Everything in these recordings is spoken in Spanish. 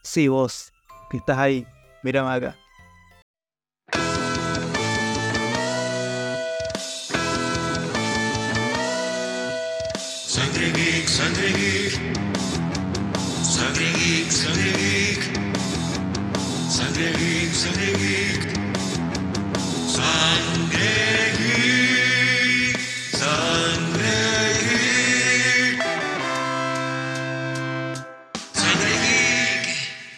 Sí, vos, que estás ahí, mírame acá. Sangre Geek, Sangre Geek. Sangre Geek, Sangre Geek. Sangre Geek, Sangre Geek. Sangre Geek, Sangre Geek. Sangre Geek.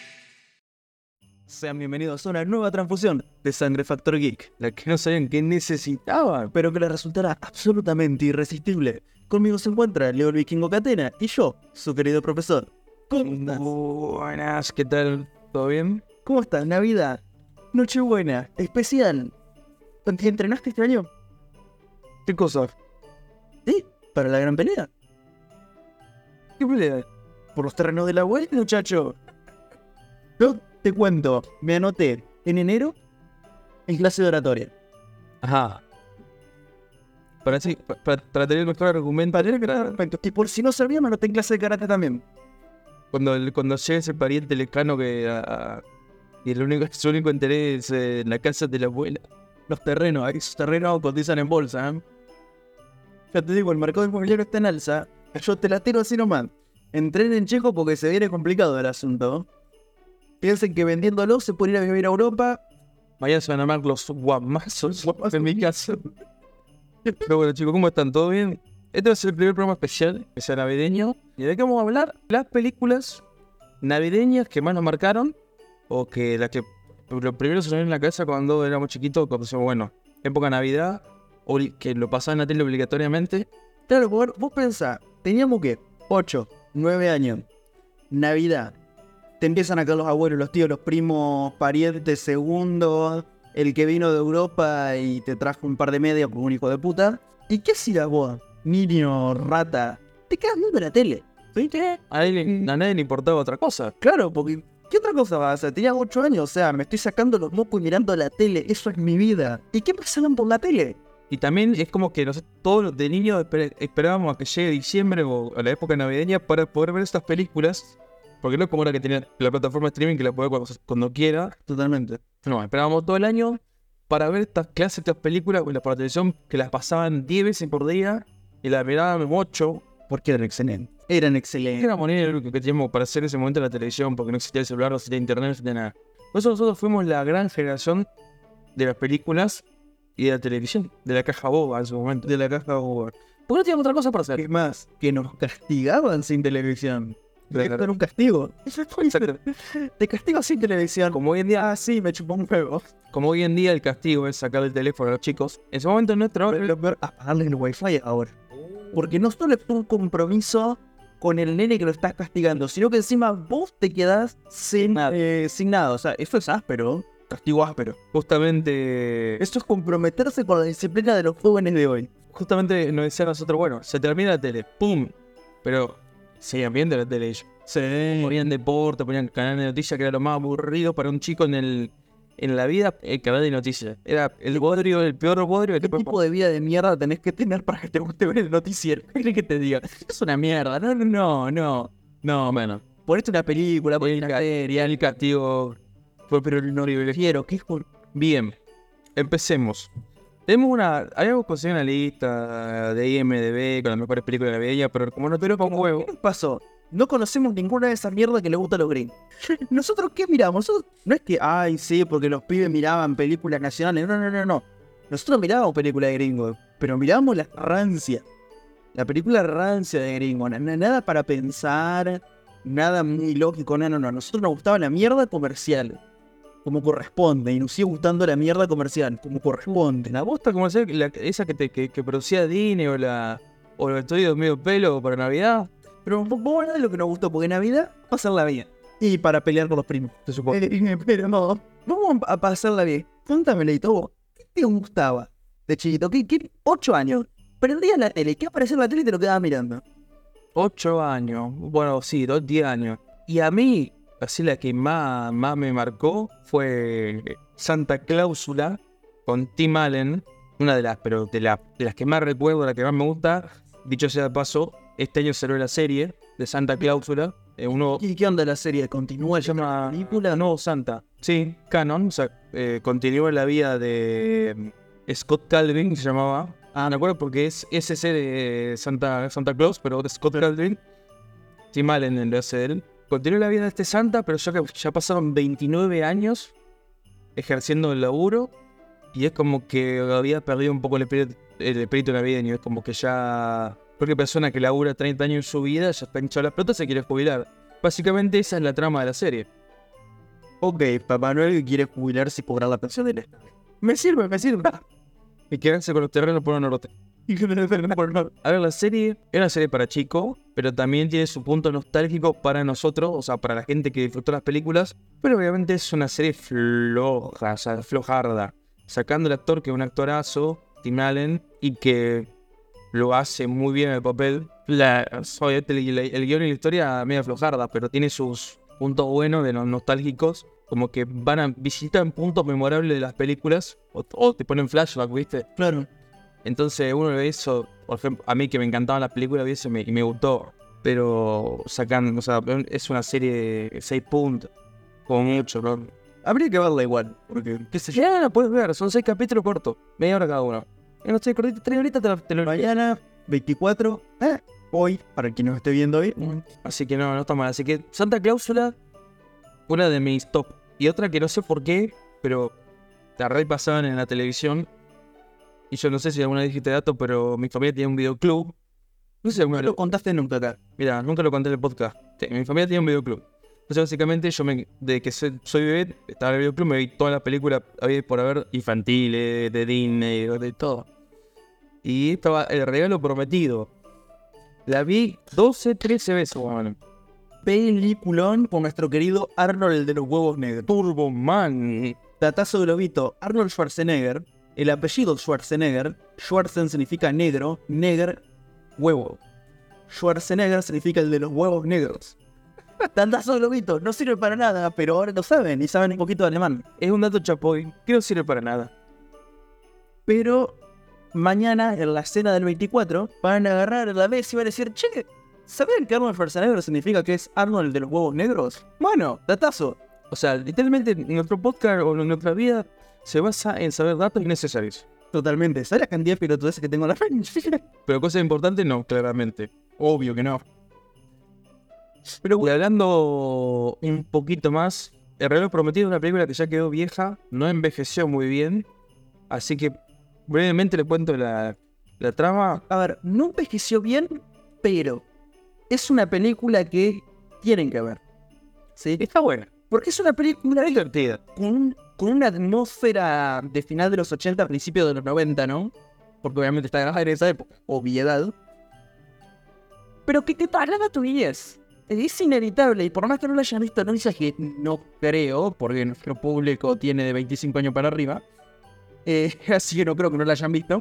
Sean bienvenidos a una nueva transfusión de Sangre Factor Geek, la que no sabían que necesitaban, pero que les resultará absolutamente irresistible. Conmigo se encuentra Leo el Vikingo Catena y yo, su querido profesor. ¿Cómo estás? Buenas, ¿qué tal? ¿Todo bien? ¿Cómo estás? Navidad, Nochebuena, especial. ¿Te entrenaste este año? ¿Qué cosa? ¿Sí? ¿Para la gran pelea? ¿Qué pelea? ¿Por los terrenos de la abuela, muchacho? Yo te cuento, me anoté en enero en clase de oratoria. Ajá. Para tener el mejor argumento. Y por si no sabía, me anoté en clase de karate también. Cuando llegue ese pariente lejano y su único interés es en la casa de la abuela. Los terrenos, esos terrenos cotizan en bolsa, ¿eh? Ya te digo, el mercado inmobiliario está en alza. Yo te la tiro así nomás. Entrenen checo porque se viene complicado el asunto. Piensen que vendiéndolo se puede ir a vivir a Europa. Mañana se van a llamar los guamazos en mi casa. Pero bueno, chicos, ¿cómo están? ¿Todo bien? Este va a ser el primer programa especial navideño. ¿Y de qué vamos a hablar? Las películas navideñas que más nos marcaron. O que las que lo primero se nos viene en la cabeza cuando éramos chiquitos. Cuando decíamos, bueno, época Navidad. O que lo pasaban en la tele obligatoriamente. Claro, vos pensás, teníamos que 8, 9 años. Navidad. Te empiezan a caer los abuelos, los tíos, los primos, parientes, segundos. El que vino de Europa y te trajo un par de medias como un hijo de puta. ¿Y qué hacías vos, niño, rata? Te quedas viendo la tele. ¿Viste? A nadie le importaba otra cosa. Claro, porque ¿qué otra cosa vas a hacer? Tenía 8 años, o sea, me estoy sacando los mocos y mirando la tele. Eso es mi vida. ¿Y qué pasaban por la tele? Y también es como que todos de niños esperábamos a que llegue diciembre o a la época navideña para poder ver estas películas. Porque no es como ahora que tenía la plataforma de streaming que la podía ver cuando quiera. Totalmente. No, esperábamos todo el año para ver estas clases, estas películas por la televisión que las pasaban 10 veces por día y las mirábamos 8. Porque eran excelentes. Eran excelentes. Era moneda lo que teníamos para hacer en ese momento en la televisión porque no existía el celular, no existía internet, no existía nada. Por eso nosotros fuimos la gran generación de las películas y de la televisión, de la caja boba en su momento. De la caja boba. Porque no teníamos otra cosa para hacer. Es más, que nos castigaban sin televisión. Claro. Esto era un castigo. Exacto. Te castigo sin televisión. Como hoy en día, Ah, sí, me chupó un huevo. como hoy en día el castigo es sacar el teléfono a los chicos. En ese momento nuestro Pero lo peor, apagarle el wifi ahora. Porque no solo es un compromiso con el nene que lo estás castigando, sino que encima vos te quedás sin nada. O sea, eso es áspero. Castigo áspero. justamente Eso es comprometerse con la disciplina de los jóvenes de hoy. justamente nos decían a nosotros, bueno, se termina la tele, ¡pum! Pero seguían viendo la tele ellos. Sí. Ponían deporte, ponían canal de noticias, que era lo más aburrido para un chico en la vida, el canal de noticias. Era el bodrio, el peor bodrio que ¿Qué te puede tipo de vida de mierda tenés que tener para que te guste ver el noticiero? ¿Qué crees que te diga? Es una mierda. No, Bueno, ponete una película, ponete una serie. el castigo. Pero no quiero, ¿qué es por...? Bien, empecemos. Habíamos conseguido una lista de IMDb con las mejores películas de la navideña, pero como no tenemos un huevo. ¿Qué nos pasó? No conocemos ninguna de esas mierdas que le gusta a los gringos. ¿Nosotros qué miramos? No es que, ay, sí, porque los pibes miraban películas nacionales. No. Nosotros mirábamos películas de gringos, pero mirábamos la rancia. La película rancia de gringos. Nada para pensar, nada muy lógico, no. A nosotros nos gustaba la mierda comercial, como corresponde, y nos sigue gustando la mierda comercial, como corresponde. La bosta comercial, esa que producía Disney o los estudios medio pelo para Navidad, Pero vos hablas de lo que nos gustó, porque Navidad pasarla bien. Y para pelear con los primos. se supone. Pero no, vamos a pasarla bien. Cuéntame, Leito, vos, ¿qué te gustaba de chiquito? ¿Qué 8 años? Prendías la tele, ¿qué aparecía en la tele y te lo quedabas mirando? 8 años, bueno, sí, 10 años. Y a mí, así la que más me marcó fue Santa Cláusula con Tim Allen. Una de las que más recuerdo, la que más me gusta. Dicho sea de paso, este año salió la serie de Santa Cláusula. Uno ¿Y qué onda la serie? ¿Continúa se llama la película? Nuevo Santa. Sí, canon. O sea, continúa la vida de Scott Calvin, se llamaba. Me acuerdo porque es ese de Santa Claus, pero Scott Calvin. Estoy mal en el hace de él. Continúa la vida de este Santa, pero ya pasaron 29 años ejerciendo el laburo. Y es como que había perdido un poco el espíritu navideño. Es como que ya... Cualquier persona que labura 30 años en su vida ya está hinchado la pelota, se quiere jubilar. Básicamente esa es la trama de la serie. Ok, Papá Noel quiere jubilarse y cobrar la pensión del Estado. Me sirve. Y quedarse con los terrenos por el norte. A ver, la serie es una serie para chicos, pero también tiene su punto nostálgico para nosotros, o sea, para la gente que disfrutó las películas. Pero obviamente es una serie floja, o sea, flojarda. Sacando el actor, que es un actorazo, Tim Allen, y que lo hace muy bien en el papel. Obviamente el guión y la historia medio flojarda, pero tiene sus puntos buenos de los nostálgicos. Como que van a visitar puntos memorables de las películas, o te ponen flashback, ¿viste? Claro. Entonces uno ve eso, por ejemplo, a mí que me encantaban las películas y me gustó. Pero sacando, o sea, es una serie de 6 puntos, como mucho, ¿no? Habría que verla igual, porque, qué sé yo. Ya la puedes ver, son 6 capítulos cortos, media hora cada uno. No sé, cortito, 3 horitas te lo... Mañana, 24, hoy, para quien nos esté viendo hoy. Así que no está mal. Así que Santa Cláusula, una de mis top. Y otra que no sé por qué, pero la red pasaban en la televisión. Y yo no sé si alguna vez dijiste dato, pero mi familia tenía un videoclub. No sé si alguna No lo contaste nunca acá. Mira, nunca lo conté en el podcast. Sí, mi familia tenía un videoclub. Entonces básicamente yo de que soy bebé, estaba en el videoclub, me vi todas las películas había por haber infantiles, de Disney, de todo. Y estaba El Regalo Prometido. La vi 12, 13 veces, bueno. Peliculón con nuestro querido Arnold, el de los huevos negros. Turbo Man. Datazo globito, Arnold Schwarzenegger, el apellido Schwarzenegger, Schwarzen significa negro, Neger, huevo. Schwarzenegger significa el de los huevos negros. Datazo globito, no sirve para nada, pero ahora lo saben y saben un poquito de alemán. Es un dato chapoy que no sirve para nada. Pero mañana, en la cena del 24, van a agarrar la vez y van a decir, che, ¿sabían que Arnold Schwarzenegger significa que es Arnold el de los huevos negros? Bueno, datazo. O sea, literalmente nuestro podcast o nuestra vida se basa en saber datos innecesarios. Totalmente. ¿Sabes la cantidad de pelotudeces que tengo en la frente? Pero cosas importantes no, claramente. Obvio que no. Pero y hablando un poquito más, El Reloj Prometido es una película que ya quedó vieja, no envejeció muy bien. Así que brevemente le cuento la trama. A ver, no envejeció bien, pero es una película que tienen que ver. ¿Sí? Está buena, Porque es una película divertida. con una atmósfera de final de los 80, principio de los 90, ¿no? Porque obviamente está grabada en esa época, obviedad. Pero que te traslada a tu niñez. Es inevitable, y por más que no lo hayan visto, no dices que no creo, porque nuestro público tiene de 25 años para arriba. Así que no creo que no lo hayan visto.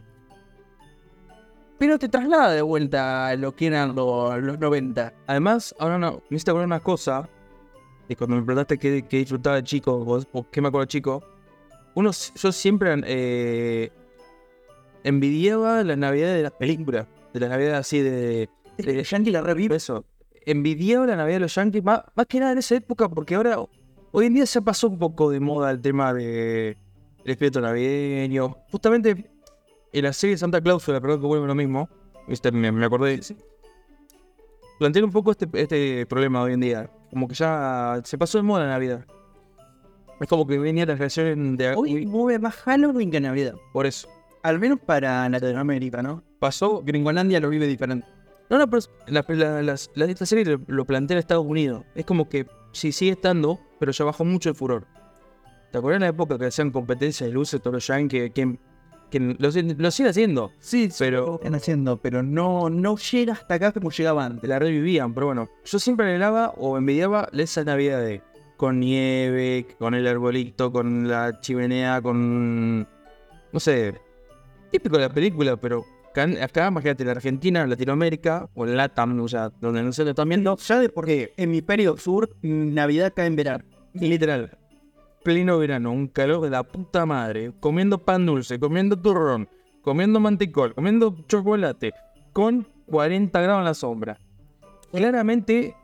Pero te traslada de vuelta a lo que eran los 90. Además, ahora no, necesito acordar una cosa. Y cuando me preguntaste qué disfrutaba de chico, o qué me acuerdo de chico, yo siempre envidiaba las navidades de las películas. De las navidades así de Yankee la revive. eso. Envidiaba la navidad de los Yankees, más que nada en esa época, porque ahora, hoy en día se pasó un poco de moda el tema del espíritu navideño. Justamente en la serie Santa Cláusula, perdón que vuelvo a lo mismo, me acordé, planteé un poco este problema hoy en día. Como que ya se pasó de moda la Navidad. Es como que venía la relación de... Hoy mueve más Halloween que Navidad. Por eso. Al menos para Latinoamérica, ¿no? Pasó... Gringolandia lo vive diferente. No, pero esta serie lo plantea en Estados Unidos. Es como que sí sigue estando, pero ya bajó mucho el furor. ¿Te acuerdas en la época que hacían competencias de luces todos los yankees? Que lo sigue haciendo. Sí, pero lo están haciendo, pero no llega hasta acá como llegaba antes. la revivían, pero bueno. Yo siempre anhelaba o envidiaba esa Navidad con nieve, con el arbolito, con la chimenea, con... No sé, típico de la película, pero acá imagínate, la Argentina, Latinoamérica, o en LATAM, o sea, donde no se lo están viendo, Ya de por qué hemisferio sur, Navidad cae en verano. literal, pleno verano, un calor de la puta madre, comiendo pan dulce, comiendo turrón, comiendo mantecol, comiendo chocolate, con 40 grados en la sombra. Claramente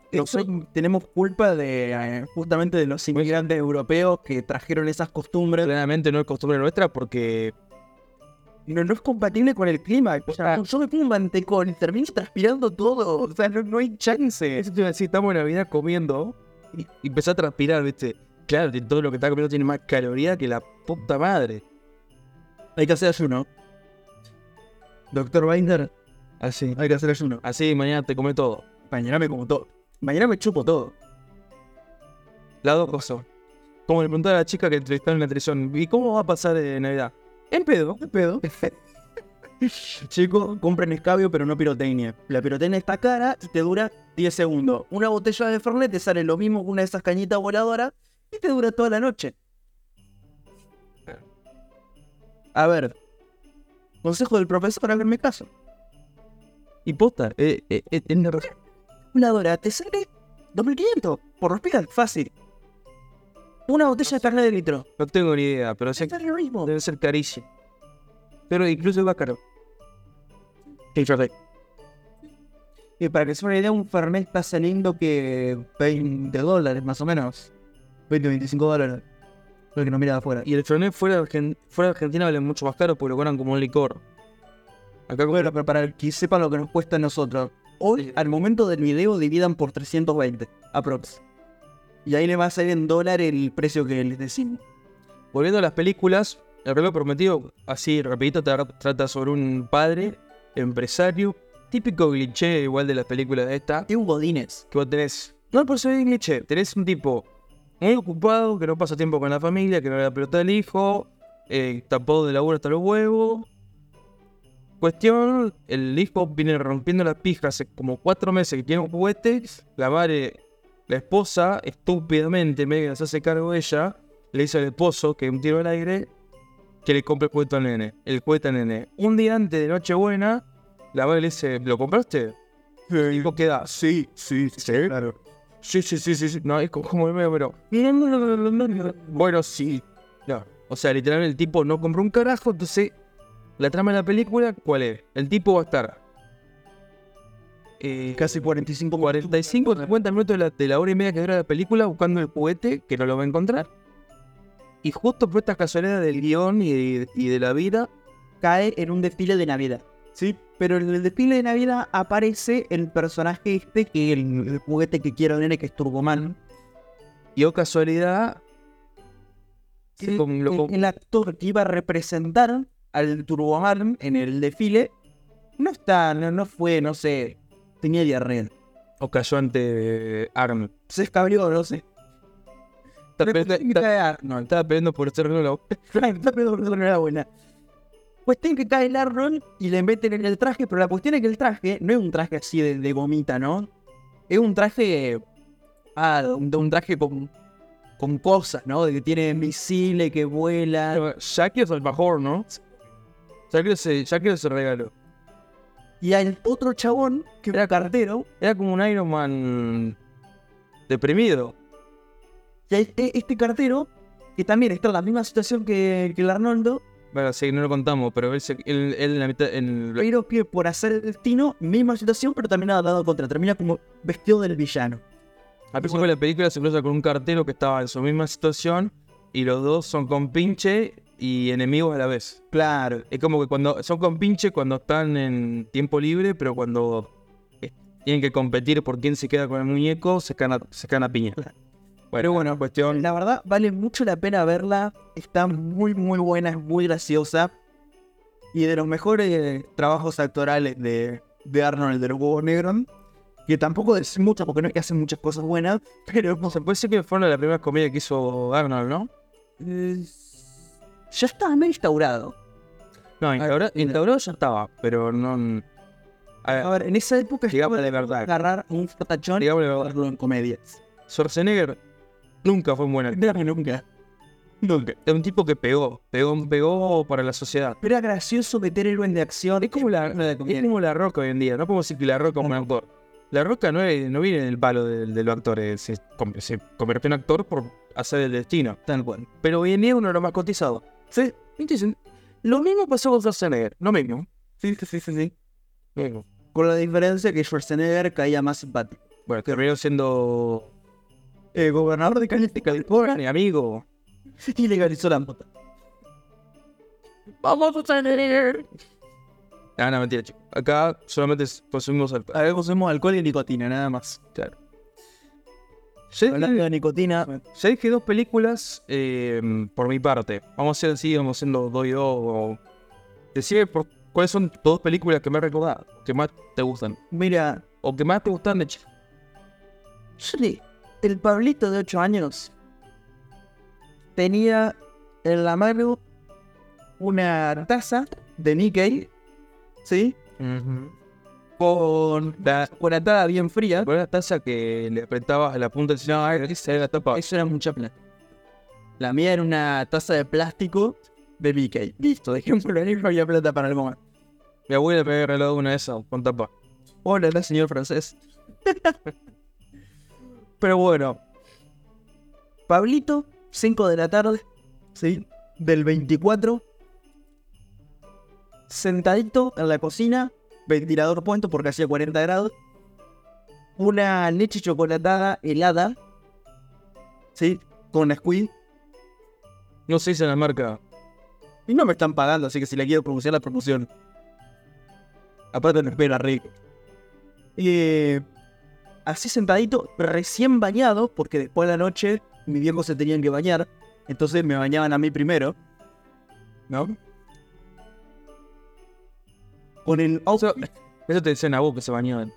tenemos culpa de justamente de los inmigrantes europeos que trajeron esas costumbres. Claramente no es costumbre nuestra porque No es compatible con el clima. O sea, yo me pongo un mantecón y termino transpirando todo. O sea, no hay chance. eso te iba a decir, estamos en Navidad comiendo y empezás a transpirar, ¿viste? Claro, todo lo que estás comiendo tiene más calorías que la puta madre. Hay que hacer ayuno. Doctor Binder, Así. hay que hacer ayuno. Así mañana te come todo. Mañana me como todo. Mañana me chupo todo. Las dos cosas. Como le preguntaba a la chica que entrevistaron en la televisión, ¿y cómo va a pasar Navidad? En pedo. ¿Qué pedo? Chicos, compren escabio pero no pirotecnia. La pirotecnia está cara y te dura 10 segundos. Una botella de Fernet te sale lo mismo que una de esas cañitas voladoras y te dura toda la noche. A ver, consejo del profesor, háganme caso. Y posta, Una dora te sale 2.500 por respirar, fácil. Una botella de Fernet de litro. no tengo ni idea, pero sé Es que lo mismo. debe ser carísimo. Pero incluso es más caro. Y para que se una idea, un Fernet está saliendo que $20 más o menos. 25 dólares. Lo que no mira de afuera. Y el Fernet fuera de Argentina vale mucho más caro porque lo cobran como un licor. Acá Bueno, pero para que sepan lo que nos cuesta a nosotros. Hoy, al momento del video, dividan por 320, aprox. Y ahí le va a salir en dólares el precio que les decimos. Volviendo a las películas, El reloj prometido, así rapidito, trata sobre un padre, empresario, típico cliché igual de las películas de esta, Es un Godínez. que vos tenés, no por ser cliché, tenés un tipo muy ocupado, que no pasa tiempo con la familia, que no le da pelota al hijo, tapado de laburo hasta los huevos. Cuestión, el hijo viene rompiendo las pijas hace como 4 meses que tiene un juguete, la madre, la esposa, estúpidamente, medio que se hace cargo de ella, le dice al esposo, que es un tiro al aire, que le compre el juguete al nene. Un día antes de Nochebuena, la madre le dice, ¿lo compraste? El hijo queda, sí, Claro. sí. No, es como el medio, pero... Bueno, sí. No. O sea, literalmente el tipo no compró un carajo, entonces... La trama de la película, ¿cuál es? El tipo va a estar... Casi 45, 50 minutos de la hora y media que dura la película buscando el juguete, que no lo va a encontrar. Y justo por estas casualidades del guión y de la vida, cae en un desfile de Navidad. Sí, pero en el desfile de Navidad aparece el personaje este, que el juguete que quiero nene, que es Turboman. y o casualidad... El actor que iba a representar al Turboman en el desfile no fue, no sé, tenía diarrea. O cayó ante Arnold. Se escabrió, no sé. Estaba peleando por ser Arnold. No era buena. Cuestión que cae el Arnold y le meten en el traje, pero la cuestión es que el traje no es un traje así de gomita, ¿no? Es un traje... un traje con cosas, ¿no? De que tiene misiles, que vuela. Jackie es el mejor, ¿no? Jackie se regaló. Y hay otro chabón que era cartero. Era como un Iron Man deprimido. Y hay este cartero, que también está en la misma situación que el Arnoldo, Bueno, sí, no lo contamos, pero él en la mitad... pero que por hacer el destino, misma situación, pero también ha dado contra. Termina como vestido del villano. Al principio de la película se cruza con un cartero que estaba en su misma situación y los dos son compinche y enemigos a la vez. Claro. Es como que cuando son compinche cuando están en tiempo libre, pero cuando tienen que competir por quién se queda con el muñeco, se caen a piña. Pero bueno, cuestión... la verdad vale mucho la pena verla. Está muy muy buena, es muy graciosa. Y de los mejores trabajos actorales de Arnold, el de los huevos negros. Que tampoco es mucho, porque no es que hacen muchas cosas buenas. Pero Se puede decir que fue una de las primeras comedias que hizo Arnold, ¿no? ya está medio instaurado. No, instaurado ya estaba, pero no... A ver, en esa época Digamos de verdad. agarrar un fortachón y Digamos de verdad. verlo en comedias. Schwarzenegger nunca fue un buen actor. Nunca. Es un tipo que pegó para la sociedad. Pero era gracioso meter héroes de acción. Es como la Roca hoy en día. No podemos decir que la Roca es un actor. La Roca no viene del palo de los actores. Se convirtió en actor por hacer el destino. Tal cual. Pero hoy en día es uno de los más cotizados. Sí. Entonces, lo mismo pasó con Schwarzenegger. Lo mismo. Sí. Mismo. Con la diferencia que Schwarzenegger caía más simpático. Bueno, terminó siendo Gobernador de California. mi amigo. Y legalizó la mota. Vamos a salir. No, mentira, chicos. Acá solamente consumimos alcohol. Acá consumimos alcohol y nicotina, nada más. Claro. Hablando de nicotina, Ya dije 2 películas por mi parte. Vamos a hacer así, vamos haciendo 2 y 2. Decime cuáles son 2 películas que me has recordado, que más te gustan. mira, O que más te gustan de chico. el Pablito de 8 años tenía en la mano una taza de Nikkei, ¿sí? Con atada bien fría. Con una taza que le apretabas a la punta del cielo, y se la tapa. Eso era mucha plata. La mía era una taza de plástico de Mickey. Listo, dejémoslo ahí, no había plata para el momento. Mi abuela me había regalado una de esas con tapa. Hola, señor francés. Pero bueno. Pablito, 5 de la tarde, ¿sí? Del 24. Sentadito en la cocina, ventilador puesto porque hacía 40 grados. Una leche chocolatada helada, ¿sí? Con Nesquik. No se dice la marca. Y no me están pagando, así que si la quiero promocionar, la promoción. Aparte no espera rico. Así sentadito, recién bañado, porque después de la noche mis viejos se tenían que bañar. Entonces me bañaban a mí primero, ¿no? Con el outfit. Eso te decían a vos que se bañaban.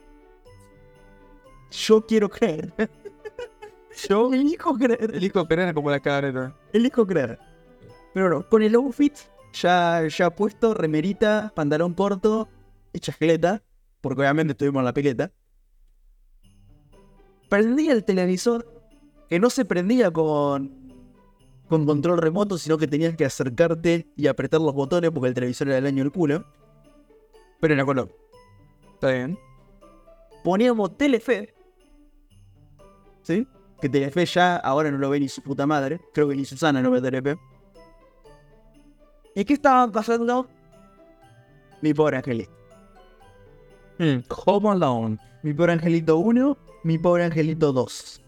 Yo quiero creer. Yo elijo creer. El hijo era como la cadena. Elijo creer. Pero no, con el outfit ya puesto, remerita, pantalón corto y chascleta, porque obviamente estuvimos en la pileta. Prendía el televisor, que no se prendía con control remoto, sino que tenías que acercarte y apretar los botones porque el televisor era del año del culo. Pero era color. Está bien. Poníamos Telefe, ¿sí? Que Telefe ya ahora no lo ve ni su puta madre. Creo que ni Susana no ve Telefe. ¿Y qué estaban pasando? Mi pobre angelito. Home Alone. Mi pobre angelito 1, mi pobre angelito 2.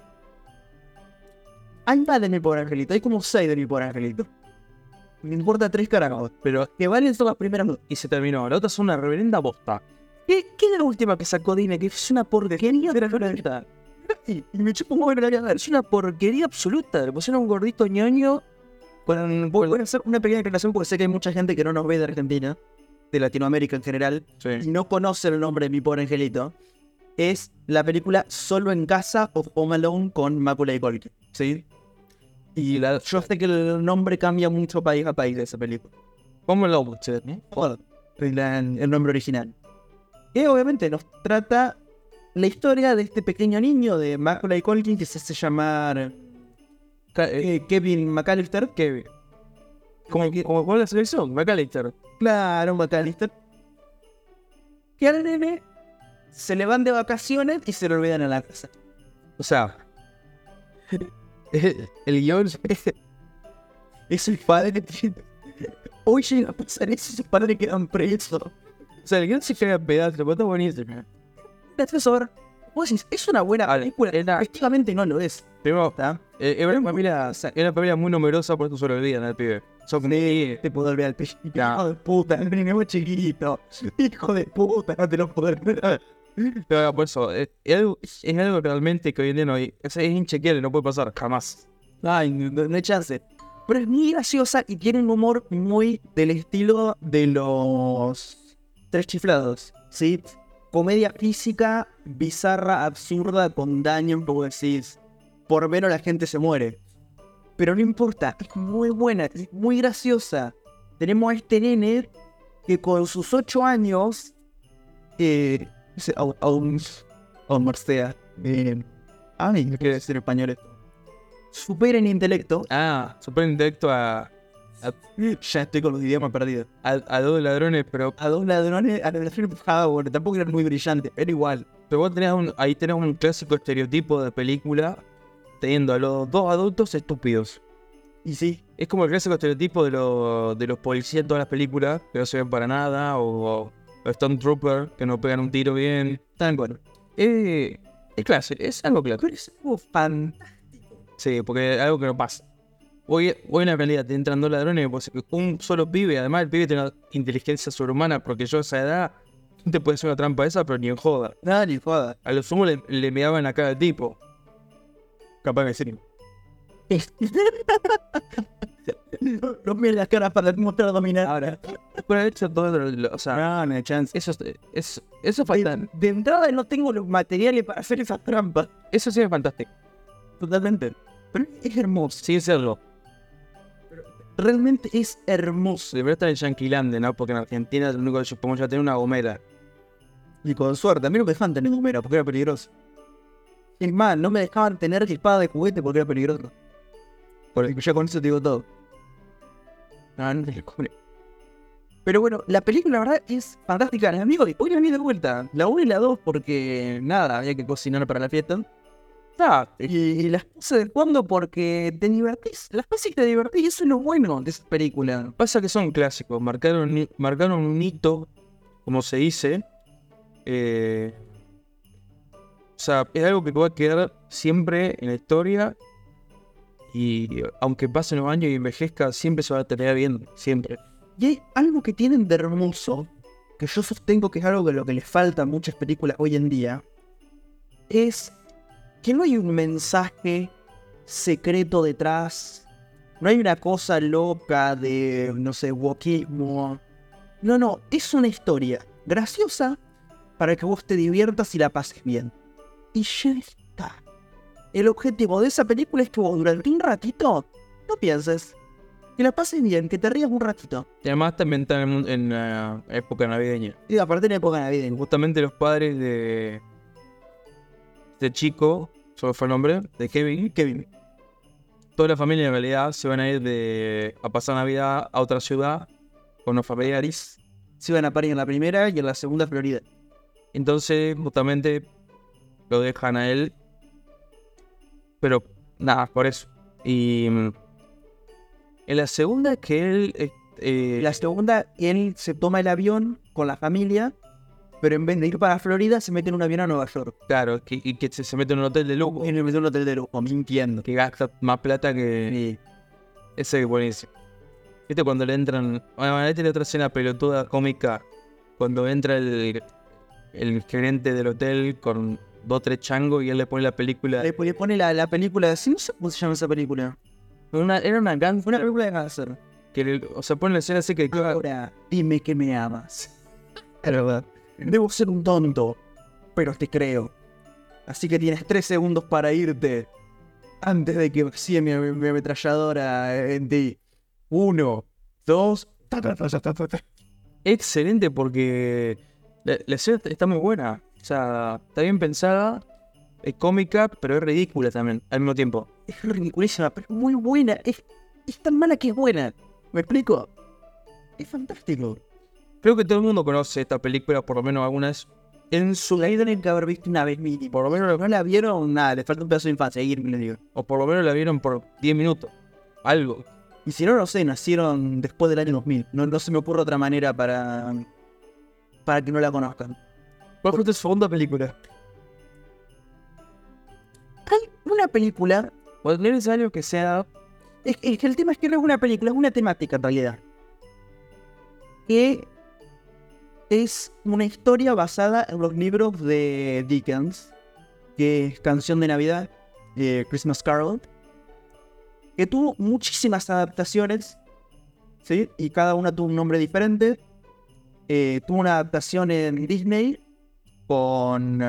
Hay más de mi pobre angelito, hay como 6 de mi pobre angelito. Me importa 3 carajos, pero que valen son las primeras 2. Y se terminó. La otra es una reverenda bosta. ¿Qué es la última que sacó Disney? Que es una porquería de la verdad. Y me chupo un huevo la vida. Es una porquería absoluta. Le pusieron un gordito ñoño. Voy a hacer una pequeña aclaración porque sé que hay mucha gente que no nos ve de Argentina, de Latinoamérica en general, y Sí. no conoce el nombre de mi pobre angelito. Es la película Solo en Casa o Home Alone con Macaulay Culkin, ¿sí? Y yo sé que el nombre cambia mucho país a país de esa película. Home Alone, ustedes, ¿no? Joder, el nombre original. Y obviamente nos trata la historia de este pequeño niño de Macaulay Culkin que se hace llamar Kevin McAllister. Kevin. ¿Cómo cuál es la selección? McAllister. Claro, McAllister. Que al nene se le van de vacaciones y se lo olvidan en la casa. O sea, el guión Es el padre. Hoy llega a pasar eso y sus padres quedan presos. O sea, el guión se cae a pedazos, pero está buenísimo. Profesor, vos decís, es una buena película. Efectivamente no lo es. Primero, ¿Está? es una familia muy numerosa, por eso se lo olvidan al pibe. Te puedo olvidar el pellizco. Hijo de puta, el nene muy chiquito. Hijo de puta, no te lo puedo olvidar. Pero por eso, es algo realmente que hoy en día no hay. Es inchequeable, no puede pasar, jamás. Ay, no hay chance. Pero es muy graciosa y tiene un humor muy del estilo de los Tres Chiflados, ¿sí? Comedia física, bizarra, absurda, con daño, como decís. Por menos la gente se muere. Pero no importa, es muy buena, es muy graciosa. Tenemos a este nene que con sus 8 años... aún Marcea. Ay, no quiero decir español esto. Supera en intelecto. Super directo a Ya estoy con los idiomas perdidos. dos ladrones, pero A dos ladrones, a la ladrones, bueno, tampoco eran muy brillantes, pero igual. vos ahí tenés un clásico estereotipo de película teniendo a los dos adultos estúpidos. Y sí, Es como el clásico estereotipo de los policías en todas las películas, que no se ven para nada, o Stormtrooper, que no pegan un tiro bien. tan bueno. Es clásico, es algo clásico. Pero es algo fantástico. Sí, porque es algo que no pasa. Hoy en la realidad te entran 2 ladrones y pues, un solo pibe, además el pibe tiene una inteligencia sobrehumana, porque yo a esa edad, tú te puedes hacer una trampa esa, pero ni en joda. Nada, ni joda. A lo sumo le meaba en la cara al tipo. Capaz que sí. No miren las caras para demostrar dominar. Ahora. Pero de hecho todo o sea, No, no hay chance. eso falta. De entrada no tengo los materiales para hacer esas trampas. Eso sí es fantástico. Totalmente. Pero es hermoso. Sin serlo. Realmente es hermoso. Debería estar en Yanquilandia, ¿no? Porque en Argentina lo único que podemos ya tener una gomera. Y con suerte. A mí no me dejaban tener número porque era peligroso. Es más, no me dejaban tener espada de juguete porque era peligroso. Porque ya con eso te digo todo. No te lo cobre. Pero bueno, la película la verdad es fantástica. Amigo, hoy la vi de vuelta. La 1 y la 2 porque nada, había que cocinar para la fiesta. Y las puse de fondo porque te divertís. Las cosas que te divertís, eso es lo bueno de esa película. Pasa que son clásicos, marcaron un hito, como se dice. O sea, es algo que va a quedar siempre en la historia. Y aunque pasen los años y envejezca, siempre se va a tener bien, siempre. Y hay algo que tienen de hermoso, que yo sostengo que es algo de lo que les falta a muchas películas hoy en día, es que no hay un mensaje secreto detrás, no hay una cosa loca de, no sé, wokismo. No, es una historia graciosa para que vos te diviertas y la pases bien. Y ya está. El objetivo de esa película es que vos durante un ratito no pienses, que la pases bien, que te rías un ratito. Y además también está en la época navideña. Y aparte en época navideña. Justamente los padres de Chico, solo fue el nombre, de Kevin. Toda la familia en realidad se van a ir a pasar Navidad a otra ciudad con los familiares. Se iban a parir en la primera y en la segunda Florida. Entonces justamente lo dejan a él. Pero nada, por eso. Y en la segunda que él... La segunda, él se toma el avión con la familia, pero en vez de ir para Florida, se mete en un avión a Nueva York. Claro, que se mete en un hotel de lujo. Y se mete en un hotel de lujo, mintiendo. Que gasta más plata que... Ese es buenísimo. ¿Viste cuando le entran... Bueno, ahí tiene otra escena pelotuda, cómica. Cuando entra el gerente del hotel con 2 o 3 changos y él le pone la película... Le pone la película, sí, no sé cómo se llama esa película. Era una película de cáncer. O sea, pone la escena así que... Ahora, dime que me amas. Es verdad. Debo ser un tonto, pero te creo. Así que tienes 3 segundos para irte antes de que vacíe mi ametralladora en ti. 1, 2... Excelente porque la escena está muy buena. O sea, está bien pensada, es cómica, pero es ridícula también, al mismo tiempo. Es ridiculísima, pero muy buena. Es tan mala que es buena. ¿Me explico? Es fantástico. Creo que todo el mundo conoce esta película, por lo menos algunas. En su vida tienen que haber visto una vez mínimo. Por lo menos no la vieron, nada, les falta un pedazo de infancia, ahí me lo digo. O por lo menos la vieron por 10 minutos. Algo. Y si no, no sé, nacieron después del año 2000. No se me ocurre otra manera para que no la conozcan. ¿Cuál fue tu segunda película? Hay una película... Pues no es necesario que sea... Es que el tema es que no es una película, es una temática en realidad. Que es una historia basada en los libros de Dickens, que es Canción de Navidad, Christmas Carol, que tuvo muchísimas adaptaciones, ¿sí? Y cada una tuvo un nombre diferente. Tuvo una adaptación en Disney con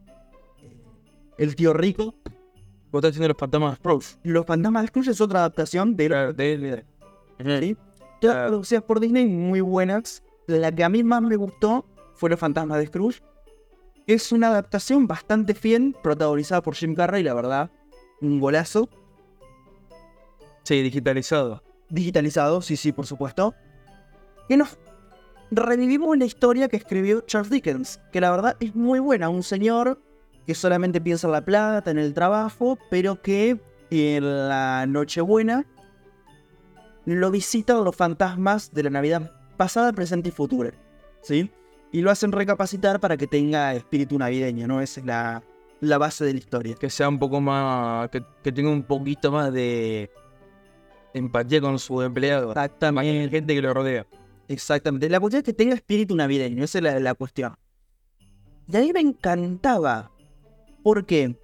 El Tío Rico. Vos estás diciendo Los Fantasmas de Scrooge. Los Fantasmas de Scrooge es otra adaptación de ¿sí? Todas producidas por Disney, muy buenas. La que a mí más me gustó fue Los Fantasmas de Scrooge. Es una adaptación bastante fiel, protagonizada por Jim Carrey, la verdad. Un golazo. Sí, digitalizado. Digitalizado, sí, por supuesto. Que nos revivimos la historia que escribió Charles Dickens, que la verdad es muy buena. Un señor que solamente piensa en la plata, en el trabajo, pero que en la Nochebuena lo visitan los fantasmas de la Navidad pasada, presente y futura, ¿sí? y lo hacen recapacitar para que tenga espíritu navideño, ¿no? Esa es la base de la historia. Que sea un poco más. Que tenga un poquito más de empatía con su empleado. Más que la gente que lo rodea. Exactamente. La cuestión es que tenga espíritu navideño, esa es la cuestión. Y a mí me encantaba. ¿Por qué?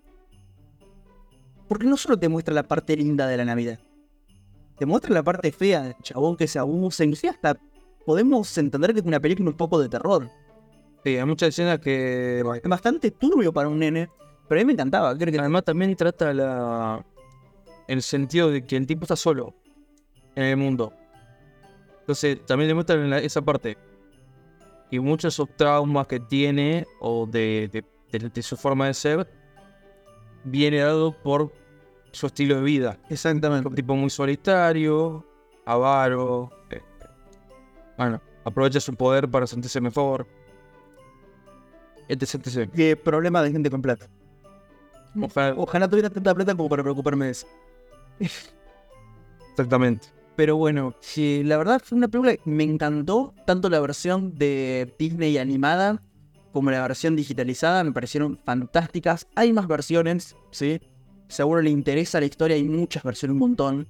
Porque no solo te muestra la parte linda de la Navidad, te muestra la parte fea del chabón que se abusa, inclusive hasta podemos entender que es una película un poco de terror. Sí, hay muchas escenas que. Es bastante turbio para un nene, pero a mí me encantaba. Creo que Además, también trata el sentido de que el tipo está solo en el mundo. Entonces, también le muestran esa parte. Y muchos de esos traumas que tiene, o de su forma de ser, viene dado por su estilo de vida. exactamente. Un tipo muy solitario, avaro. Bueno, aprovecha su poder para sentirse mejor. Etc, etc. Que problema de gente con plata. Ojalá- Ojalá tuviera tanta plata como para preocuparme de eso. Exactamente. Pero bueno, sí, la verdad fue una película que me encantó. Tanto la versión de Disney animada como la versión digitalizada me parecieron fantásticas. Hay más versiones, ¿sí? Seguro le interesa la historia, hay muchas versiones, un montón.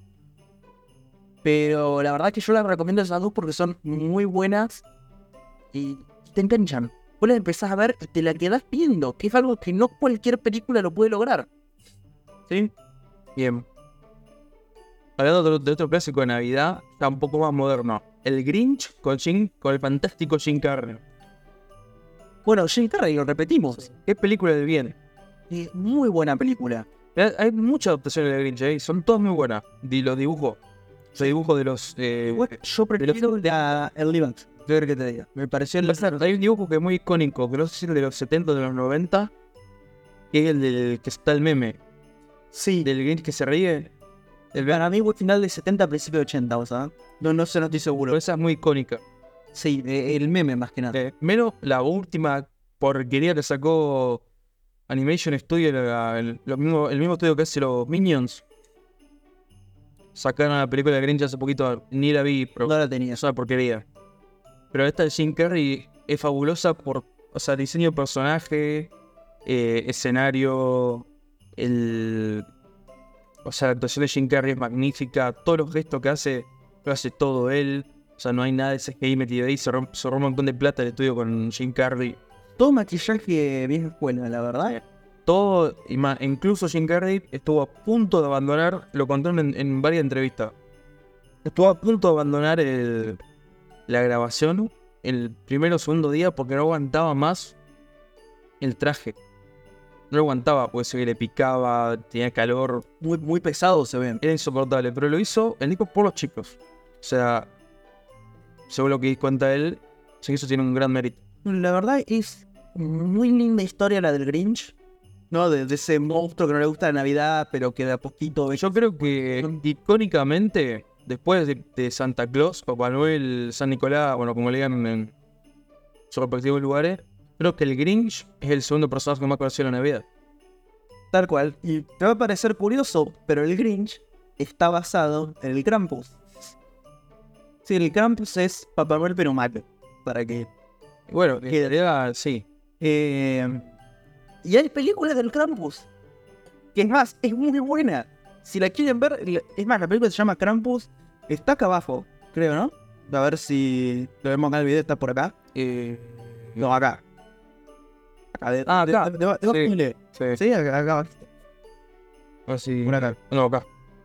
Pero la verdad que yo las recomiendo esas dos porque son muy buenas y te enganchan. Vos la empezás a ver y te la quedás viendo, que es algo que no cualquier película lo puede lograr. ¿Sí? Bien. Hablando de otro clásico de Navidad, está un poco más moderno. El Grinch con el fantástico Jim Carrey. Bueno, Jim Carrey, lo repetimos. ¿Qué película de bien? Muy buena película. Hay muchas adaptaciones de Grinch, son todas muy buenas. Los dibujos. Los dibujos de los... Yo prefiero el Live Action. ¿Qué querés que te diga? Me pareció el... Hay un dibujo que es muy icónico, que no sé si es de los 70 o de los 90, que es el del que está el meme, Sí. del Grinch que se ríe. Para mí fue final de 70, principio de 80, ¿vos sabés? No sé, no estoy seguro. Pero esa es muy icónica. Sí, el meme más que nada. Menos la última porquería que sacó Animation Studio, el mismo estudio que hace los Minions. Sacaron la película de Grinch hace poquito, ni la vi, pero No la tenía. es una porquería. Pero esta de Jim Carrey es fabulosa por, diseño de personaje, escenario, la actuación de Jim Carrey es magnífica, todos los gestos que hace, lo hace todo él. O sea, no hay nada de CGI metido ahí, se rompe un montón de plata el estudio con Jim Carrey. Todo maquillaje bien escuela, la verdad. Todo, y más, incluso Jim Carrey estuvo a punto de abandonar, lo contaron en varias entrevistas. Estuvo a punto de abandonar la grabación el primero o segundo día porque no aguantaba más el traje. No lo aguantaba, porque se le picaba, tenía calor, Muy pesado se ven. era insoportable. Pero lo hizo el Nico por los chicos. O sea, según lo que cuenta él, sí que eso tiene un gran mérito. La verdad es muy linda historia la del Grinch. ¿No? De ese monstruo que no le gusta la Navidad, pero que de a poquito ve. Yo creo que icónicamente, después de Santa Claus, Papá Noel, San Nicolás, bueno, como le digan en sus respectivos lugares, creo que el Grinch es el segundo personaje más conocido de la Navidad. Tal cual. Y te va a parecer curioso, pero el Grinch está basado en el Krampus. Sí, el Krampus es Papá Noel pero malo. Para que... Y bueno, en realidad, sí. Y hay películas del Krampus. Que es más, es muy buena. Si la quieren ver, es más, la película se llama Krampus. Está acá abajo, creo, ¿no? A ver si lo vemos acá en el video, está por acá. No, acá. Acá, acá. Sí. Sí. Sí, acá. Así. Una acá. No, acá.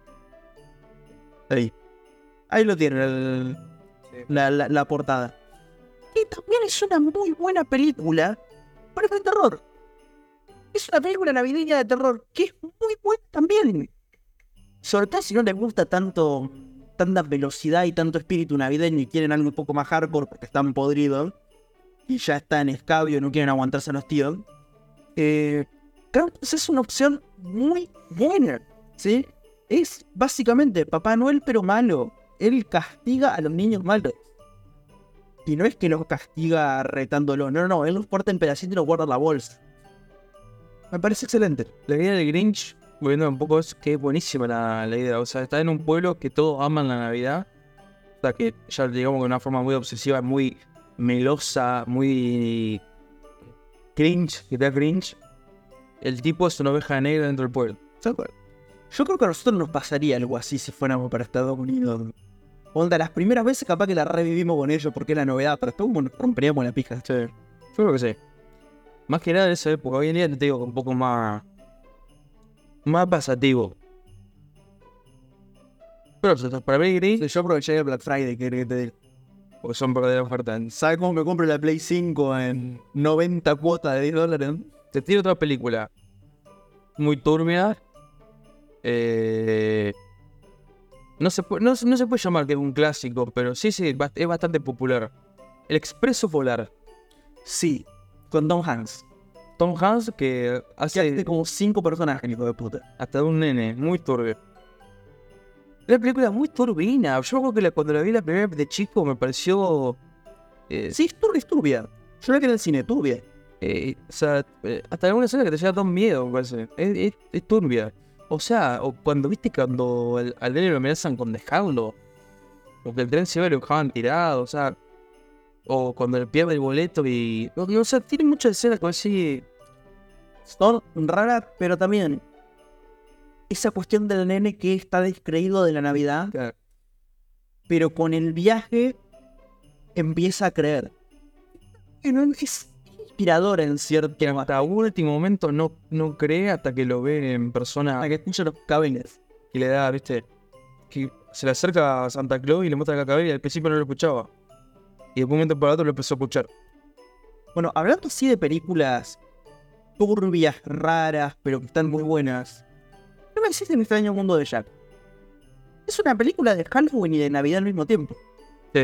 Ahí. Ahí lo tienen, la portada. Y también es una muy buena película, pero es de terror. Es una película navideña de terror que es muy buena también. Sobre todo si no les gusta tanta velocidad y tanto espíritu navideño y quieren algo un poco más hardcore porque están podridos y ya están en escabio y no quieren aguantarse a los tíos. Krampus es una opción muy buena, ¿sí? Es básicamente Papá Noel pero malo. Él castiga a los niños malos. Y no es que los castiga retándolos, no, él los corta en pedacitos y los guarda en la bolsa. Me parece excelente. La idea del Grinch, volviendo un poco, es que es buenísima la idea. O sea, está en un pueblo que todos aman la Navidad. O sea, que ya digamos que de una forma muy obsesiva, muy melosa, muy cringe, que te da cringe. El tipo es una oveja negra dentro del pueblo. Yo creo que a nosotros nos pasaría algo así si fuéramos para Estados Unidos. Onda, las primeras veces capaz que la revivimos con ellos porque es la novedad, pero después como nos romperíamos la pija. Sí, yo creo que sí. Más que nada en esa época, hoy en día te digo un poco más pasativo. Pero para ver gris, Yo aproveché el Black Friday, que te digo. porque son verdaderas ofertas. ¿Sabes cómo me compro la Play 5 en 90 cuotas de $10? Te tiro otra película muy turbia. No se puede llamar que es un clásico, pero sí, es bastante popular. El Expreso Polar. Sí, con Tom Hanks. Tom Hanks, que Hace hace como 5 personajes, hijo de puta. hasta de un nene, muy turbio. La película muy turbina. Yo creo que cuando la vi la primera vez de chico me pareció... Sí, es turbia. Yo la que en el cine, turbia. o sea, hasta alguna escena que te lleva todo miedo, me parece. Es turbia. O sea, o cuando viste cuando al nene lo amenazan con dejarlo. O que el tren se va y lo dejaban tirado, o sea. O cuando le pierde el boleto y... o sea, tiene muchas escenas como así... Son raras, pero también esa cuestión del nene que está descreído de la Navidad, pero con el viaje empieza a creer. Es inspirador en cierto Que hasta último momento no cree hasta que lo ve en persona. que escucha los cabeles. Y le da, viste, que se le acerca a Santa Claus y le muestra la cabeza y al principio no lo escuchaba. Y de un momento para otro lo empezó a escuchar. Bueno, hablando así de películas turbias, raras, pero que están muy buenas, no me existe en extraño mundo de Jack. Es una película de Halloween y de Navidad al mismo tiempo. Sí,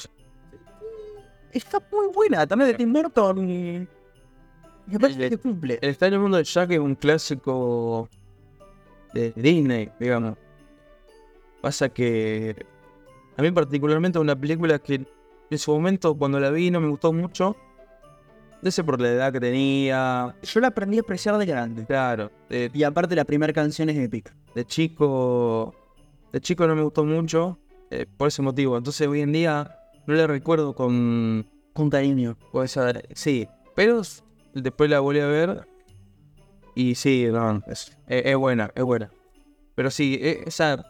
Está muy buena, también de Tim Burton y me parece que cumple. El extraño mundo de Jack es un clásico de Disney, digamos. Pasa que a mí particularmente es una película que en su momento cuando la vi no me gustó mucho. No sé por la edad que tenía. Yo la aprendí a apreciar de grande. Claro, Y aparte la primera canción es épica. de chico no me gustó mucho por ese motivo. Entonces hoy en día no la recuerdo con Cariño. esa... Sí, pero después la volví a ver y sí, no, es buena, es buena. Pero sí, esa...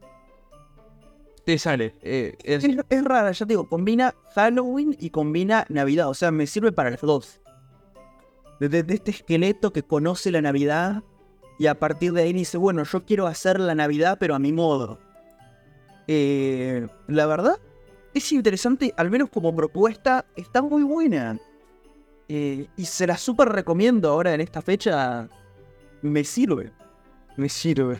Te sale. Es rara, ya te digo, combina Halloween y combina Navidad. O sea, me sirve para las dos. De este esqueleto que conoce la Navidad y a partir de ahí dice, bueno, yo quiero hacer la Navidad pero a mi modo. La verdad, es interesante, al menos como propuesta, está muy buena. Y se la súper recomiendo ahora en esta fecha. Me sirve. Me sirve.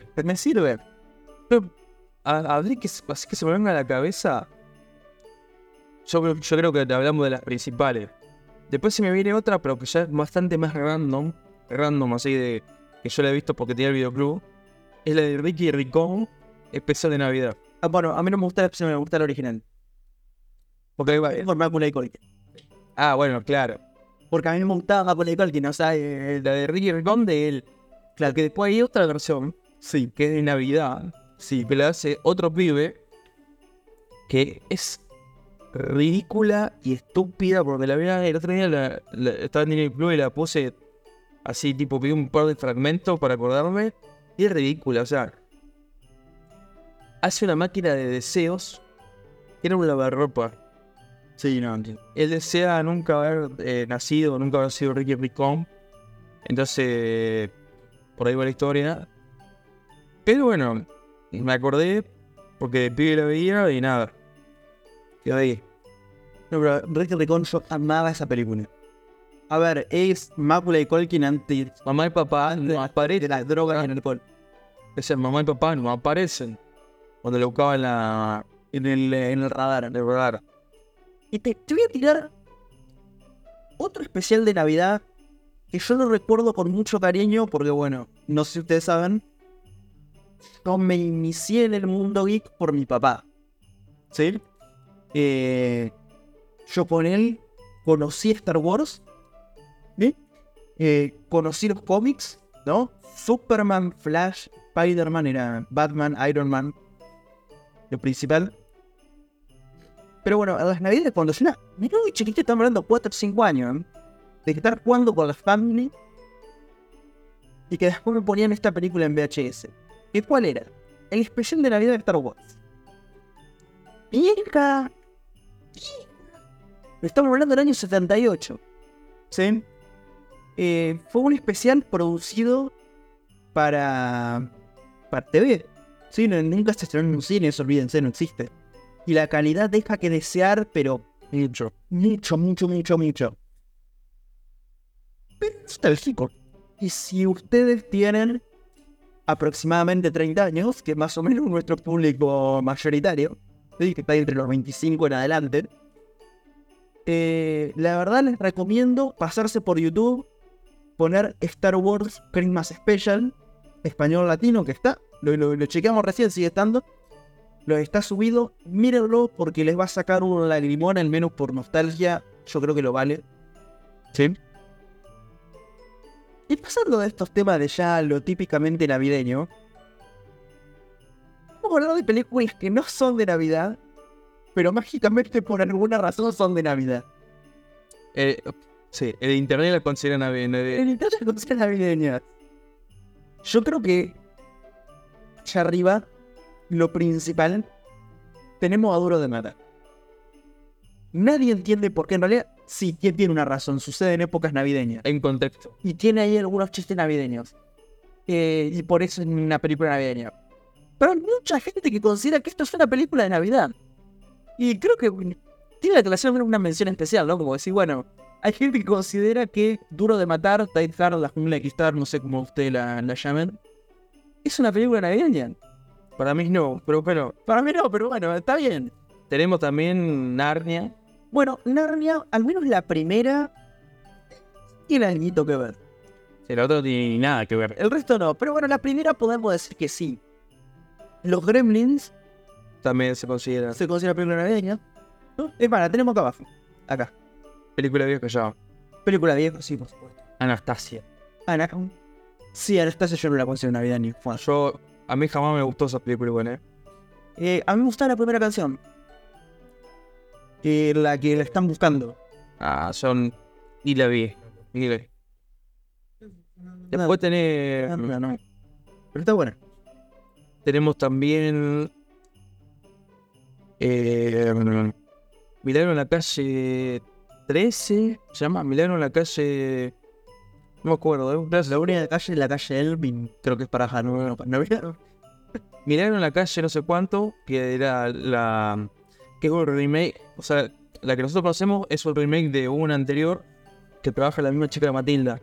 Así que se me venga a la cabeza. Yo creo que te hablamos de las principales. Después se me viene otra, pero que ya es bastante más random. Random, así de que yo la he visto porque tenía el videoclub. Es la de Ricky Ricón, especial de Navidad. Bueno, a mí no me gusta la especial, me gusta la original. Porque ahí va. Es por Macaulay Culkin. Bueno, claro. Porque a mí me gustaba Macaulay Culkin, o sea, La de Ricky Ricón de él. Claro, que después hay otra versión. sí. Que es de Navidad. Sí, que la hace otro pibe. Que es ridícula y estúpida porque la vi el otro día estaba en el club y la puse así, tipo, pedí un par de fragmentos para acordarme y es ridícula, o sea, hace una máquina de deseos que era un lavarropa. Sí, no, entiendo. Él desea nunca haber nacido, nunca haber sido Ricky Ricón, entonces por ahí va la historia, pero bueno, me acordé porque de pibe la veía y nada. Quedó ahí. No, pero Ricky Ricón, yo amaba esa película. A ver, es Macaulay Culkin antes Mamá y papá no de aparecen. las drogas y el alcohol. Mamá y papá no aparecen. Cuando lo buscaba En el radar. en el radar. Y te voy a tirar otro especial de Navidad que yo lo recuerdo con mucho cariño porque, bueno, no sé si ustedes saben, yo me inicié en el mundo geek por mi papá. ¿Sí? Yo con él conocí Star Wars. ¿Sí? Conocí los cómics, ¿no? Superman, Flash, Spider-Man, era Batman, Iron Man, lo principal. Pero bueno, a las navidades cuando yo era muy chiquito, estamos hablando 4 o 5 años, de estar jugando con la family y que después me ponían esta película en VHS. ¿Y cuál era? El especial de Navidad de Star Wars. ¡Vieja! Estamos hablando del año 78. ¿Sí? Fue un especial producido para TV. Sí, nunca se estrenó en un cine, eso olvídense, no existe. Y la calidad deja que desear, pero mucho. Pero está el chico. Y si ustedes tienen aproximadamente 30 años, que es más o menos nuestro público mayoritario, ¿sí? Que está entre los 25 en adelante, la verdad les recomiendo pasarse por YouTube, poner Star Wars Christmas Special, español latino, que está, lo chequeamos recién, sigue estando, lo está subido, mírenlo porque les va a sacar un lagrimón, al menos por nostalgia, yo creo que lo vale. Sí. Y pasando de estos temas de ya lo típicamente navideño, vamos a hablar de películas que no son de Navidad, pero mágicamente por alguna razón son de Navidad. Sí, el internet la considera navideña. En Italia cosas navideñas. Yo creo que allá arriba, lo principal, tenemos a Duro de Matar. Nadie entiende por qué, en realidad sí tiene una razón, sucede en épocas navideñas. En contexto. Y tiene ahí algunos chistes navideños. Y por eso es una película navideña. Pero hay mucha gente que considera que esto es una película de Navidad. Y creo que tiene la declaración de una mención especial, ¿no? Como decir, bueno, hay gente que considera que Duro de Matar, Die Hard, La Jungla de Cristal, no sé cómo ustedes la llamen, es una película navideña. Para mí no, pero bueno. Para mí no, pero bueno, está bien. Tenemos también Narnia. Bueno, Narnia, al menos la primera, tiene algo que ver. El otro no tiene ni nada que ver. El resto no, pero bueno, la primera podemos decir que sí. Los Gremlins También se considera. se considera película navideña, ¿no? Es más, la tenemos acá abajo. Acá. Película vieja ya. Película vieja, sí, por supuesto. Anastasia. Ana. Sí, Anastasia yo no la considero navideña. A mí jamás me gustó esa película, bueno, A mí me gusta la primera canción. La que la están buscando. Y la vi. Después No. Pero está buena. tenemos también Milagro en la calle 13. Se llama Milagro en la calle. No me acuerdo, La única calle es la calle Elvin. Creo que es para Navidad. Milagro en la calle no sé cuánto, que era que es un remake, o sea, la que nosotros conocemos es un remake de una anterior que trabaja la misma chica de Matilda.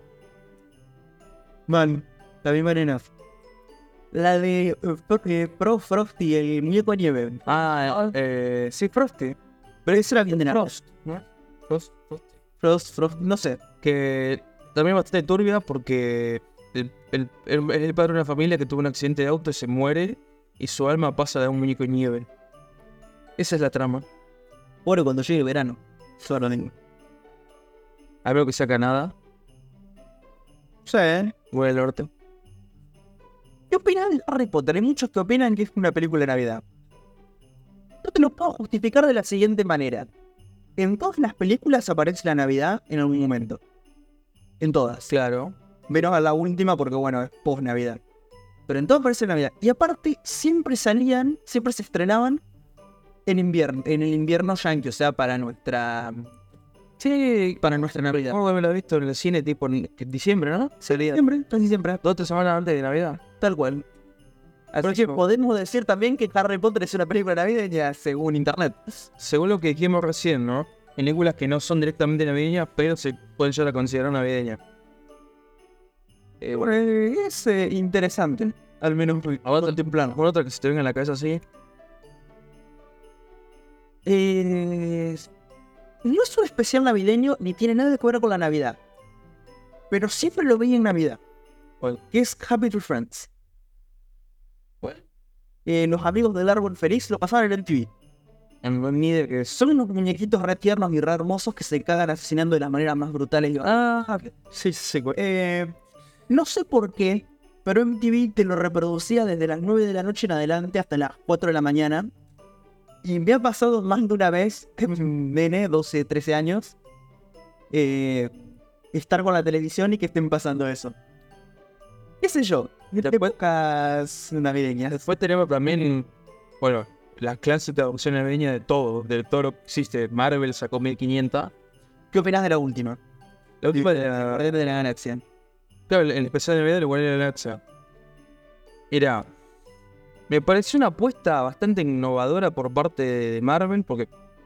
Man, la misma nena. La de Pro Frosty, el muñeco de nieve. Sí, Frosty. Pero eso era bien de nada. Frost, ¿no? Frost, no sé. Que también es bastante turbia porque es el padre de una familia que tuvo un accidente de auto y se muere y su alma pasa de un muñeco de nieve. Esa es la trama. Bueno, cuando llegue el verano. Solo tengo. A ver que sea Canadá Sí, ¿eh? o el norte. ¿Qué opinan de Harry Potter? Hay muchos que opinan que es una película de Navidad. No te lo puedo justificar de la siguiente manera. En todas las películas aparece la Navidad en algún momento. En todas. Claro. Menos a la última porque, bueno, es post-Navidad. Pero en todas aparece la Navidad. Y aparte, siempre se estrenaban en invierno. En el invierno yankee, o sea, para nuestra... Sí, para nuestra Navidad. ¿cómo me lo he visto en el cine tipo en diciembre, no? Salía Casi siempre. 2 o 3 semanas antes de Navidad. Tal cual. Así Porque que, podemos decir también que Harry Potter es una película navideña según internet. según lo que dijimos recién, ¿no? Películas que no son directamente navideñas, pero se pueden llegar a considerar navideñas. Bueno, es interesante. Al menos ¿Alguna otra que se te venga en la cabeza así? No es un especial navideño ni tiene nada que ver con la Navidad. Pero siempre lo veía en Navidad. Que es Happy Tree Friends. Los amigos del árbol feliz lo pasaban en MTV. Ni idea que es. Son unos muñequitos re tiernos y re hermosos que se cagan asesinando de las maneras más brutales. Sí. No sé por qué, pero MTV te lo reproducía desde las 9 de la noche en adelante hasta las 4 de la mañana. Y me ha pasado más de una vez, un nene, 12, 13 años, estar con la televisión y que estén pasando eso. ¿Qué sé yo? Épocas navideñas. Después tenemos también, bueno, la clásica opción navideña de todo lo que existe. Marvel sacó 1500. ¿Qué opinas de la última? La última De de la Guardianes de la Galaxia. claro, el especial de Navidad de Guardianes de la Galaxia. Me pareció una apuesta bastante innovadora por parte de Marvel, porque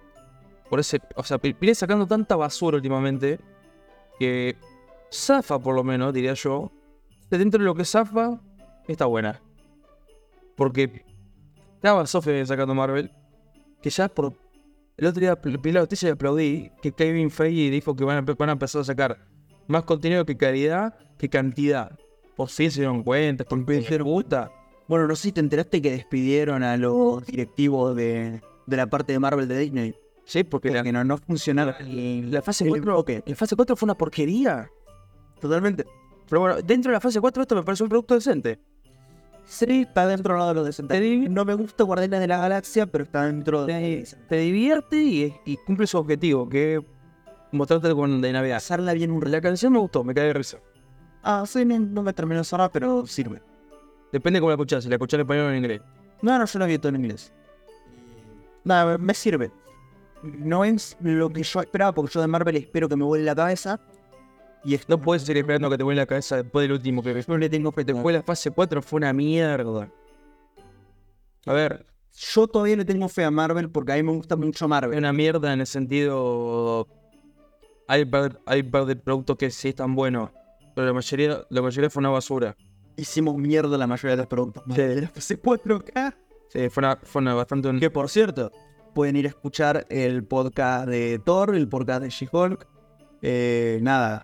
viene sacando tanta basura últimamente que zafa, por lo menos, diría yo. Dentro de lo que zafa, está buena. Porque estaba Sofía sacando Marvel, que ya por el otro día vi la noticia y aplaudí que Kevin Feige dijo que van a empezar a sacar más contenido que calidad que cantidad. Por fin se dieron cuenta, por fin se dieron gusta. Bueno, no sé si te enteraste que despidieron a los directivos de la parte de Marvel de Disney. Sí, porque Que no funcionaba la fase el 4, enfoque. la fase 4 fue una porquería. Totalmente. Pero bueno, dentro de la fase 4 esto me parece un producto decente. Sí, está dentro de lo decente. No me gusta Guardianes de la Galaxia, pero está dentro de... Te divierte y cumple su objetivo, que es mostrarte de Navidad. Pasarla bien un rato. La canción me gustó, me cae de risa. Sí, no me terminó de sonar, pero sirve. Depende de cómo la escuchás, si la escuchás en español o en inglés. No, yo la vi todo en inglés. Nada, me sirve. No es lo que yo esperaba, porque yo de Marvel espero que me vuele la cabeza. Y No puedes seguir esperando que te vuelva la cabeza después del último que no le tengo fe. después la fase 4 fue una mierda. A ver, Yo todavía le tengo fe a Marvel porque a mí me gusta mucho es Marvel. una mierda en el sentido... Hay un par de productos que sí están buenos, pero la mayoría fue una basura. Hicimos mierda la mayoría de los productos de la fase 4K. Sí, fue una bastante... Que por cierto, pueden ir a escuchar el podcast de Thor, el podcast de She-Hulk. Nada.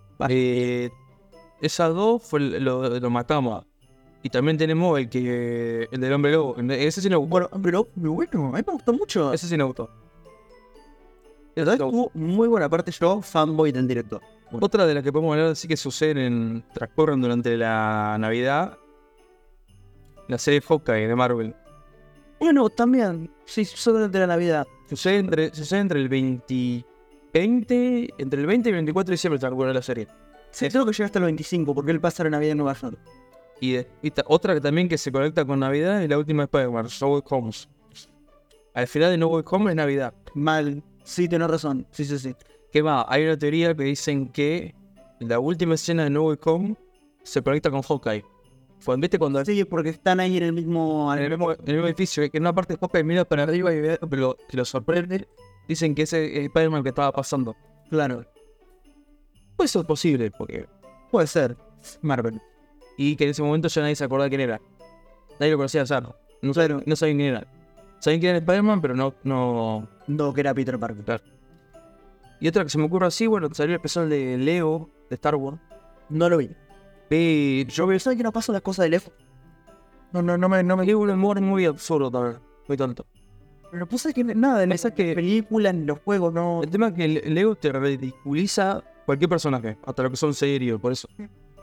Esas dos lo matamos. Y también tenemos el del Hombre Lobo. Ese sí me gustó. Bueno, pero muy bueno, a mí me gustó mucho. Ese sí me gustó. La verdad estuvo muy buena. Aparte yo, fanboy del director. Bueno, Otra de las que podemos hablar sí que transcurren durante la Navidad. La serie Hawkeye de Marvel. bueno, también, sí, solo de la Navidad. Sucede entre el 20 entre el 20 y 24 de diciembre transcurre la serie. Sí, creo que llega hasta el 25, porque él pasa la Navidad en Nueva York. Y otra que también que se conecta con Navidad es la última de Spider-Man, No Way Home. Al final de No Way Home es Navidad. Mal, sí, tenés razón. Sí. ¿Qué más? Hay una teoría que dicen que la última escena de No Way Home se conecta con Hawkeye. ¿Viste cuando Sí, porque están ahí en el mismo... en el mismo edificio, que en una parte Hawkeye mira para arriba y ve algo que lo sorprende? Dicen que ese es Spider-Man que estaba pasando. Claro, Pues eso es posible, porque... puede ser. Marvel. Y que en ese momento ya nadie se acordaba quién era. Nadie lo conocía, o sea, no sabían quién era. Sabían quién era Spider-Man, pero no... No, que era Peter Parker. Claro. Y otra que se me ocurre así, bueno, salió el especial de Leo, de Star Wars. No lo vi. Yo Pero ¿sabes que no paso las cosas de lejos? No me... vi un humor muy absurdo también, muy tonto. Pero puse que nada, en esas que- películas, en los juegos, no... El tema es que el Lego te ridiculiza cualquier personaje, hasta lo que son serios, por eso.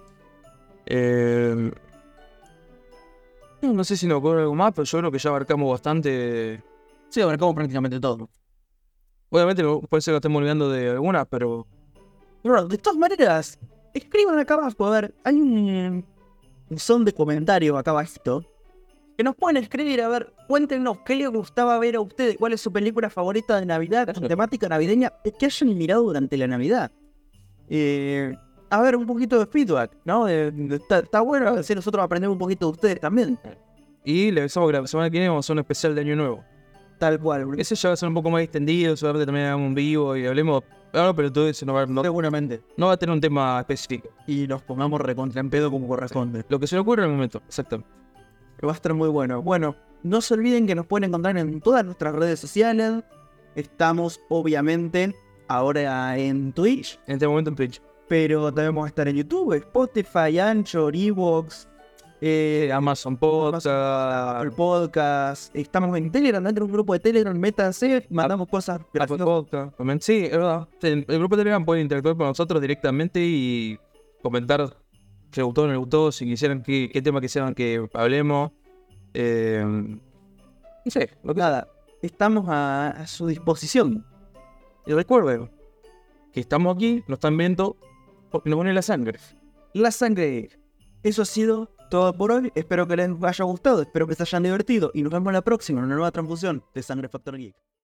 No sé si nos ocurre algo más, pero yo creo que ya abarcamos bastante. Sí, abarcamos prácticamente todo. Obviamente puede ser que estemos olvidando de algunas, pero Pero de todas maneras, escriban acá abajo, a ver, hay un son de comentarios acá abajito que nos pueden escribir, a ver, cuéntenos qué les gustaba ver a ustedes, cuál es su película favorita de Navidad, con temática navideña, que hayan mirado durante la Navidad. A ver, un poquito de feedback, ¿no? Está bueno, a ver si nosotros aprendemos un poquito de ustedes también. y le avisamos que la semana que viene vamos a hacer un especial de Año Nuevo. Tal cual, Ese ya va a ser un poco más extendido, seguramente también hagamos un vivo y hablemos. Claro, pero todo eso seguramente. no va a tener un tema específico. Y nos pongamos recontra en pedo como corresponde. Lo que se le ocurre en el momento, exactamente. Va a estar muy bueno. Bueno, no se olviden que nos pueden encontrar en todas nuestras redes sociales. Estamos, obviamente, ahora en Twitch, En este momento en Twitch. pero también vamos a estar en YouTube, Spotify, Anchor, Evox, Amazon Podcast, Apple Podcast. Estamos en Telegram, dentro de un grupo de Telegram, métanse, mandamos cosas Apple graciosas. Podcast. También. Sí, es verdad. El grupo de Telegram puede interactuar con nosotros directamente y comentar si les gustó o no les gustó, si quisieran qué tema quisieran que hablemos. No sé, lo que Nada, estamos a su disposición. Y recuerden que estamos aquí, nos están viendo porque nos une la sangre. La sangre. Eso ha sido todo por hoy. Espero que les haya gustado, espero que se hayan divertido y nos vemos la próxima en una nueva transfusión de Sangre Factor Geek.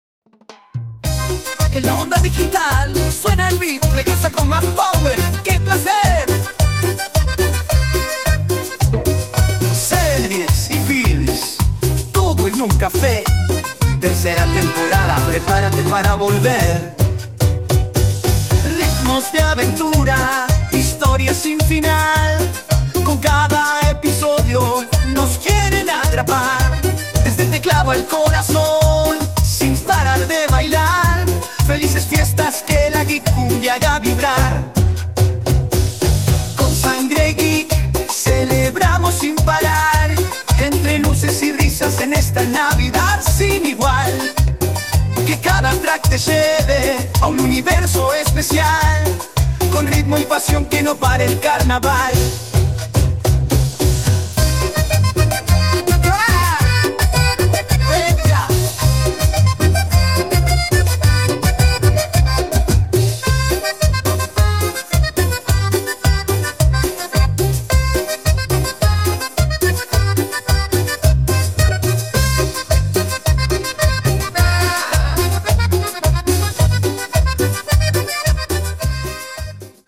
En la onda digital suena el beat, regresa con más power. ¡Qué placer! Series y films, todo en un café. Tercera temporada, prepárate para volver. Ritmos de aventura, historias sin final. Con cada episodio nos quieren atrapar. Desde el teclado al corazón, sin parar de bailar. Felices fiestas que la geek cumbia haga vibrar. Con Sangre Geek celebramos sin parar. Entre luces y risas en esta Navidad sin igual. Que cada track te lleve a un universo especial. Con ritmo y pasión que no pare el carnaval.